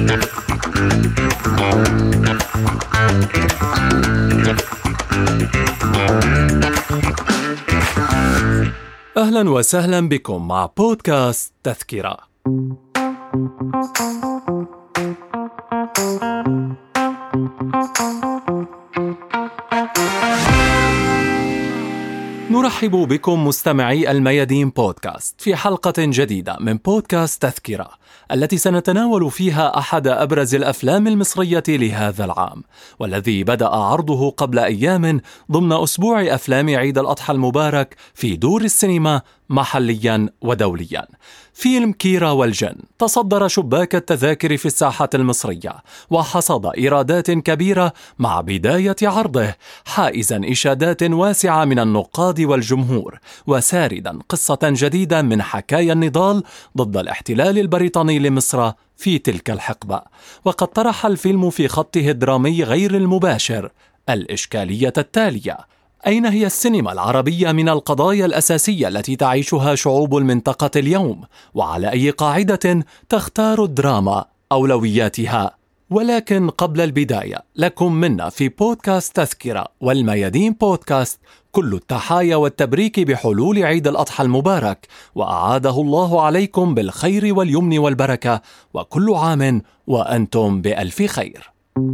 أهلا وسهلا بكم مع بودكاست تذكرة. نرحب بكم مستمعي الميادين بودكاست في حلقة جديدة من بودكاست تذكرة، التي سنتناول فيها أحد أبرز الأفلام المصرية لهذا العام، والذي بدأ عرضه قبل أيام ضمن أسبوع أفلام عيد الأضحى المبارك في دور السينما محليا ودوليا. فيلم كيرة والجن تصدر شباك التذاكر في الساحة المصرية، وحصد إيرادات كبيرة مع بداية عرضه، حائزا إشادات واسعة من النقاد والجمهور، وساردا قصة جديدة من حكايا النضال ضد الاحتلال البريطاني لمصر في تلك الحقبة. وقد طرح الفيلم في خطه الدرامي غير المباشر الإشكالية التالية: أين هي السينما العربية من القضايا الأساسية التي تعيشها شعوب المنطقة اليوم؟ وعلى أي قاعدة تختار الدراما أولوياتها؟ ولكن قبل البداية، لكم منا في بودكاست تذكرة والميادين بودكاست كل التحايا والتبريك بحلول عيد الأضحى المبارك، وأعاده الله عليكم بالخير واليمن والبركة، وكل عام وأنتم بألف خير.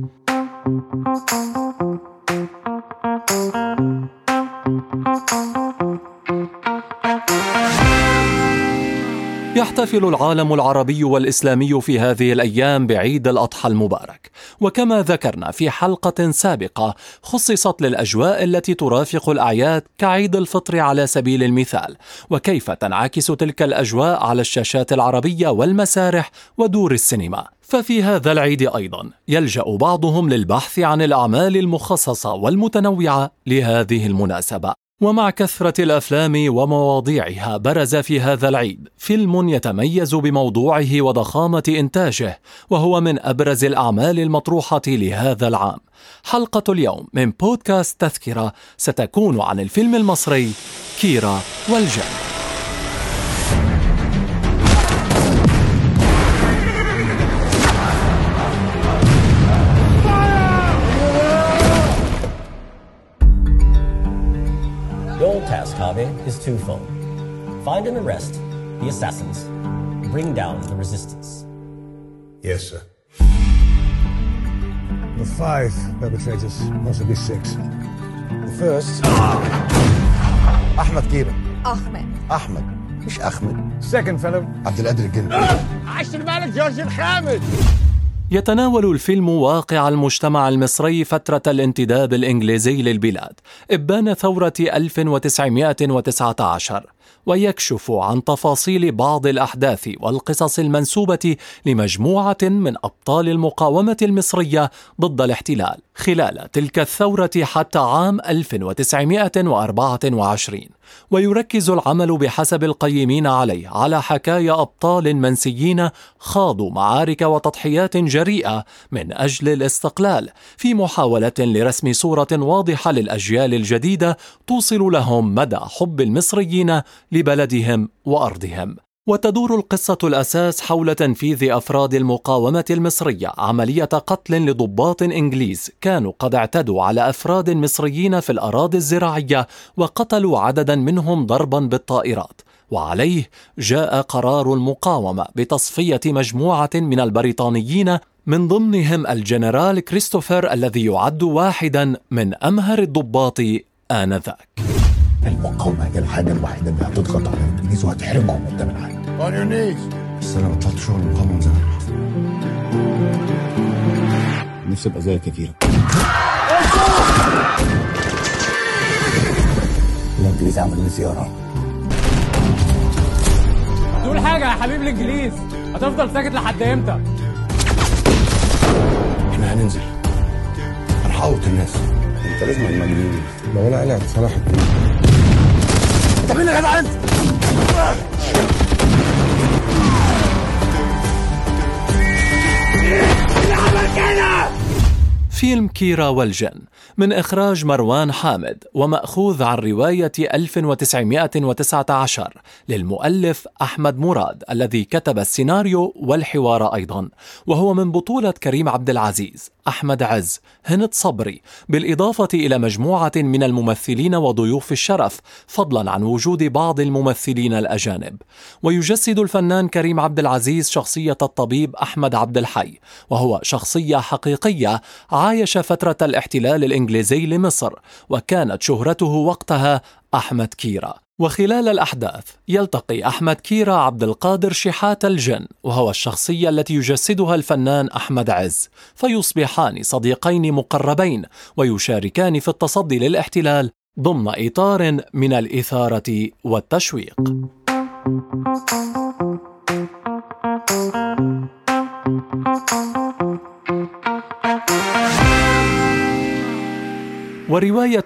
يحتفل العالم العربي والإسلامي في هذه الأيام بعيد الأضحى المبارك، وكما ذكرنا في حلقة سابقة خصصت للأجواء التي ترافق الأعياد كعيد الفطر على سبيل المثال، وكيف تنعكس تلك الأجواء على الشاشات العربية والمسارح ودور السينما. ففي هذا العيد أيضا يلجأ بعضهم للبحث عن الأعمال المخصصة والمتنوعة لهذه المناسبة. ومع كثرة الأفلام ومواضيعها، برز في هذا العيد فيلم يتميز بموضوعه وضخامة إنتاجه، وهو من أبرز الأعمال المطروحة لهذا العام. حلقة اليوم من بودكاست تذكرة ستكون عن الفيلم المصري كيرة والجن. Task, Kaveh, is twofold. Find and arrest the assassins. Bring down the resistance. Yes, sir. The 5 perpetrators, possibly 6. The first... Ahmed Kira. Ahmed. مش أحمد. Second fellow. عبد القادر الجندي. عاش الملك جورج الخامس. يتناول الفيلم واقع المجتمع المصري فترة الانتداب الإنجليزي للبلاد إبان ثورة 1919، ويكشف عن تفاصيل بعض الأحداث والقصص المنسوبة لمجموعة من أبطال المقاومة المصرية ضد الاحتلال خلال تلك الثورة حتى عام 1924. ويركز العمل بحسب القيمين عليه على حكايا أبطال منسيين خاضوا معارك وتضحيات جريئة من أجل الاستقلال، في محاولة لرسم صورة واضحة للأجيال الجديدة توصل لهم مدى حب المصريين لبلدهم وأرضهم. وتدور القصة الأساس حول تنفيذ أفراد المقاومة المصرية عملية قتل لضباط إنجليز كانوا قد اعتدوا على أفراد مصريين في الأراضي الزراعية، وقتلوا عددا منهم ضربا بالطائرات. وعليه جاء قرار المقاومة بتصفية مجموعة من البريطانيين، من ضمنهم الجنرال كريستوفر الذي يعد واحدا من أمهر الضباط آنذاك. المقاومة هي الحاجة الوحيدة اللي هتضغط على الإنجليز وهتحرمهم قدام العالم. On your knees. بس أنا بطلت شغل المقاومة من زمان. نفسي أبقى زيك يا كيرة. الإنجليز عملوا لي زيارة. تقول حاجة يا حبيب الإنجليز، هتفضل ساكت لحد إمتى؟ إحنا هننزل. هنحاوط الناس. أنت لازم المجنون. لو أنا قلعت صلاح الدين. أنت مين يا جدع أنت؟ فيلم كيرة والجن من إخراج مروان حامد، ومأخوذ عن رواية 1919 للمؤلف أحمد مراد الذي كتب السيناريو والحوار أيضا، وهو من بطولة كريم عبد العزيز، أحمد عز، هند صبري، بالإضافة إلى مجموعة من الممثلين وضيوف الشرف، فضلا عن وجود بعض الممثلين الأجانب. ويجسد الفنان كريم عبد العزيز شخصية الطبيب أحمد عبد الحي، وهو شخصية حقيقية عايش فترة الاحتلال الإنجليزي لمصر، وكانت شهرته وقتها أحمد كيرا. وخلال الأحداث يلتقي أحمد كيرا عبد القادر شحات الجن، وهو الشخصية التي يجسدها الفنان أحمد عز، فيصبحان صديقين مقربين ويشاركان في التصدي للاحتلال ضمن إطار من الإثارة والتشويق. ورواية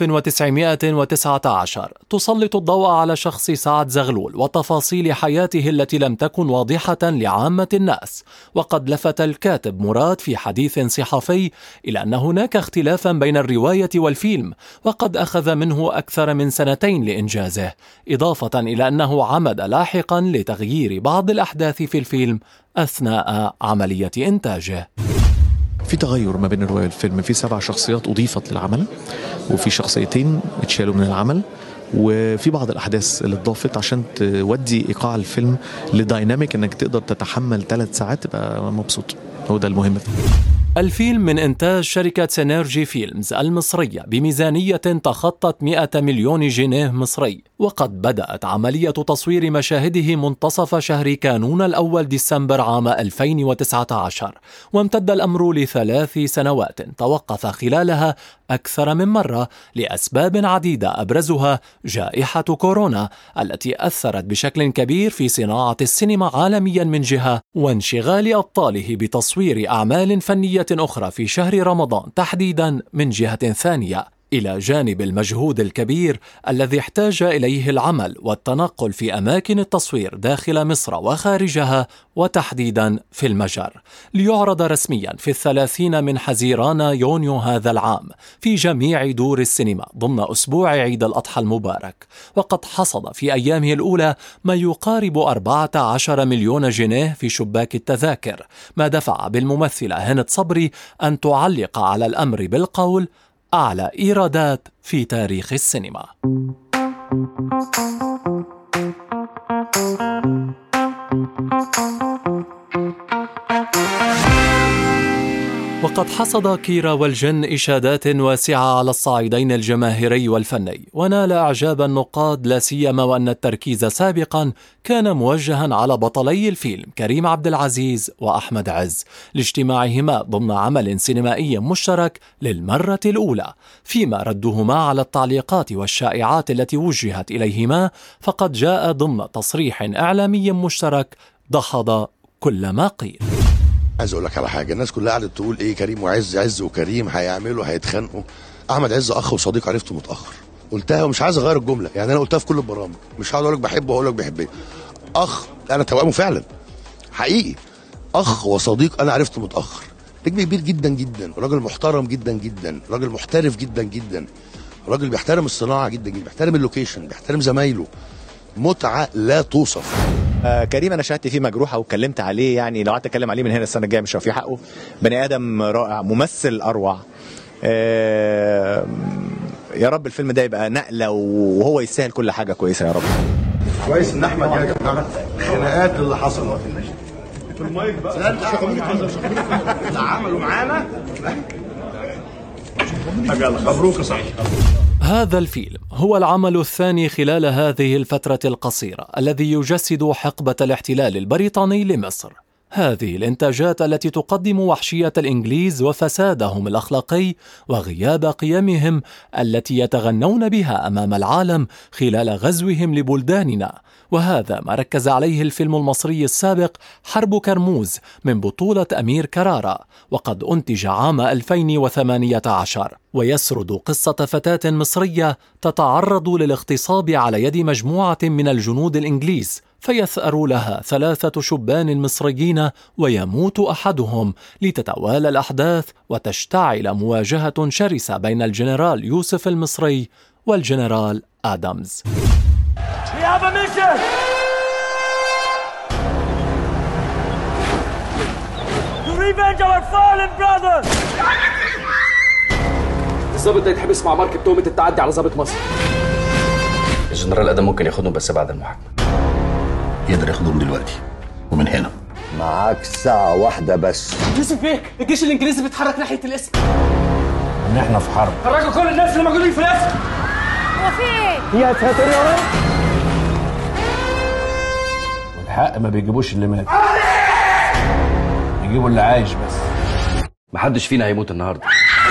1919 تسلط الضوء على شخص سعد زغلول وتفاصيل حياته التي لم تكن واضحة لعامة الناس. وقد لفت الكاتب مراد في حديث صحفي إلى أن هناك اختلافا بين الرواية والفيلم، وقد أخذ منه أكثر من 2 لإنجازه، إضافة إلى أنه عمد لاحقا لتغيير بعض الأحداث في الفيلم أثناء عملية إنتاجه. في تغير ما بين الرواية والفيلم، في 7 شخصيات أضيفت للعمل، وفي 2 شخصيتين اتشالوا من العمل، وفي بعض الأحداث اللي اتضافت عشان تودي إيقاع الفيلم لدايناميك انك تقدر تتحمل 3 ساعات تبقى مبسوط. هو ده المهم. الفيلم من إنتاج شركة سينيرجي فيلمز المصرية بميزانية تخطت 100 مليون جنيه مصري، وقد بدأت عملية تصوير مشاهده منتصف شهر كانون الأول ديسمبر عام 2019، وامتد الأمر ل3 سنوات توقف خلالها أكثر من مرة لأسباب عديدة، أبرزها جائحة كورونا التي أثرت بشكل كبير في صناعة السينما عالميا من جهة، وانشغال أبطاله بتصوير أعمال فنية أخرى في شهر رمضان تحديدا من جهة ثانية، إلى جانب المجهود الكبير الذي احتاج إليه العمل والتنقل في أماكن التصوير داخل مصر وخارجها، وتحديدا في المجر، ليعرض رسميا في 30 من حزيران يونيو هذا العام في جميع دور السينما ضمن أسبوع عيد الأضحى المبارك. وقد حصد في أيامه الأولى ما يقارب 14 مليون جنيه في شباك التذاكر، ما دفع بالممثلة هند صبري أن تعلق على الأمر بالقول أعلى إيرادات في تاريخ السينما. وقد حصد كيرا والجن إشادات واسعة على الصعيدين الجماهيري والفني، ونال إعجاب النقاد، لا سيما وأن التركيز سابقا كان موجها على بطلي الفيلم كريم عبد العزيز وأحمد عز لاجتماعهما ضمن عمل سينمائي مشترك للمرة الأولى، فيما ردهما على التعليقات والشائعات التي وجهت إليهما فقد جاء ضمن تصريح إعلامي مشترك دحض كل ما قيل. عايز اقول لك على حاجه، الناس كلها قاعده تقول ايه، كريم وعز، عز وكريم هيعملوا هيتخانقوا. احمد عز اخ وصديق عرفته متاخر، قلتها ومش عايز اغير الجمله، يعني انا قلتها في كل البرامج، مش هقعد اقول لك بحبه واقول لك بيحبني. اخ، انا توامه فعلا حقيقي، اخ وصديق، انا عرفته متاخر. نجم كبير جدا جدا، راجل محترم جدا جدا، راجل محترف جدا جدا، راجل بيحترم الصناعه جدا جدا، بيحترم اللوكيشن، بيحترم زمايله، متعه لا توصف. كريم انا شهدت فيه مجروحه واتكلمت عليه، يعني لو قعدت اتكلم عليه من هنا السنه الجايه مش هوفي حقه. بني ادم رائع، ممثل اروع. يا رب الفيلم ده يبقى نقله وهو يستاهل كل حاجه كويسه يا رب. كويس ان احمد جاي الخناقات اللي حصلت في المايك بقى اللي عملوا معانا. مبروك يا صاحبي. هذا الفيلم هو العمل الثاني خلال هذه الفترة القصيرة الذي يجسد حقبة الاحتلال البريطاني لمصر. هذه الإنتاجات التي تقدم وحشية الإنجليز وفسادهم الأخلاقي وغياب قيمهم التي يتغنون بها أمام العالم خلال غزوهم لبلداننا، وهذا ما ركز عليه الفيلم المصري السابق حرب كرموز من بطولة أمير كرارة، وقد أنتج عام 2018، ويسرد قصة فتاة مصرية تتعرض للاغتصاب على يد مجموعة من الجنود الإنجليز فيثأر لها 3 شبان مصريين ويموت أحدهم، لتتوالى الأحداث وتشتعل مواجهة شرسة بين الجنرال يوسف المصري والجنرال آدمز. الضابط ده يتحبس مع ماركة تهمة التعدي على ضابط مصر. الجنرال ادم ممكن ياخدهم بس بعد المحاكمة. يقدر ياخدهم دلوقتي ومن هنا. معاك ساعة واحدة بس. يوسف بيه، الجيش الانجليزي بيتحرك ناحية الاسم. ان احنا في حرب. خرجوا كل الناس اللي موجودين في الاسم. هو في ايه؟ يا ساتر يا رب. والحق ما بيجيبوش اللي مات. بيجيبوا اللي عايش بس. محدش فينا هيموت النهارده.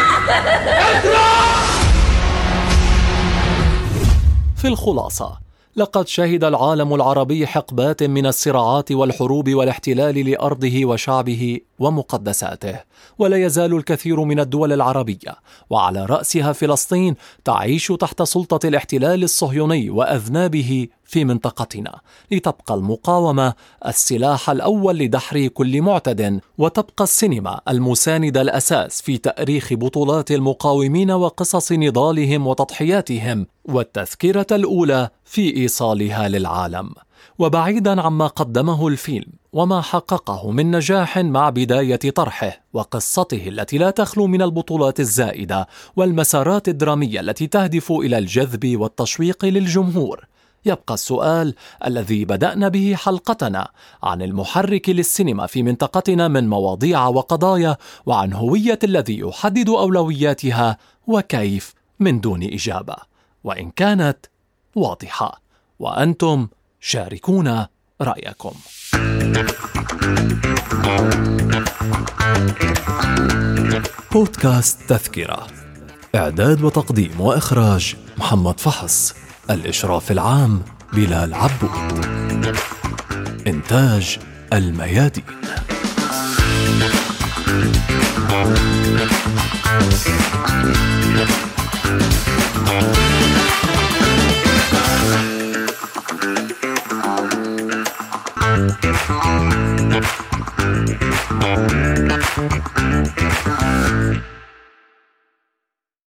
في الخلاصة، لقد شهد العالم العربي حقبات من الصراعات والحروب والاحتلال لأرضه وشعبه ومقدساته، ولا يزال الكثير من الدول العربية وعلى رأسها فلسطين تعيش تحت سلطة الاحتلال الصهيوني وأذنابه في منطقتنا، لتبقى المقاومة السلاح الأول لدحر كل معتد، وتبقى السينما المساند الأساس في تأريخ بطولات المقاومين وقصص نضالهم وتضحياتهم، والتذكرة الأولى في إيصالها للعالم. وبعيدا عما قدمه الفيلم وما حققه من نجاح مع بداية طرحه وقصته التي لا تخلو من البطولات الزائدة والمسارات الدرامية التي تهدف إلى الجذب والتشويق للجمهور، يبقى السؤال الذي بدأنا به حلقتنا عن المحرك للسينما في منطقتنا من مواضيع وقضايا، وعن هوية الذي يحدد أولوياتها وكيف، من دون إجابة، وإن كانت واضحة. وأنتم شاركونا رأيكم. بودكاست تذكرة، إعداد وتقديم وإخراج محمد فحص، الإشراف العام بلال عبود، إنتاج الميادين.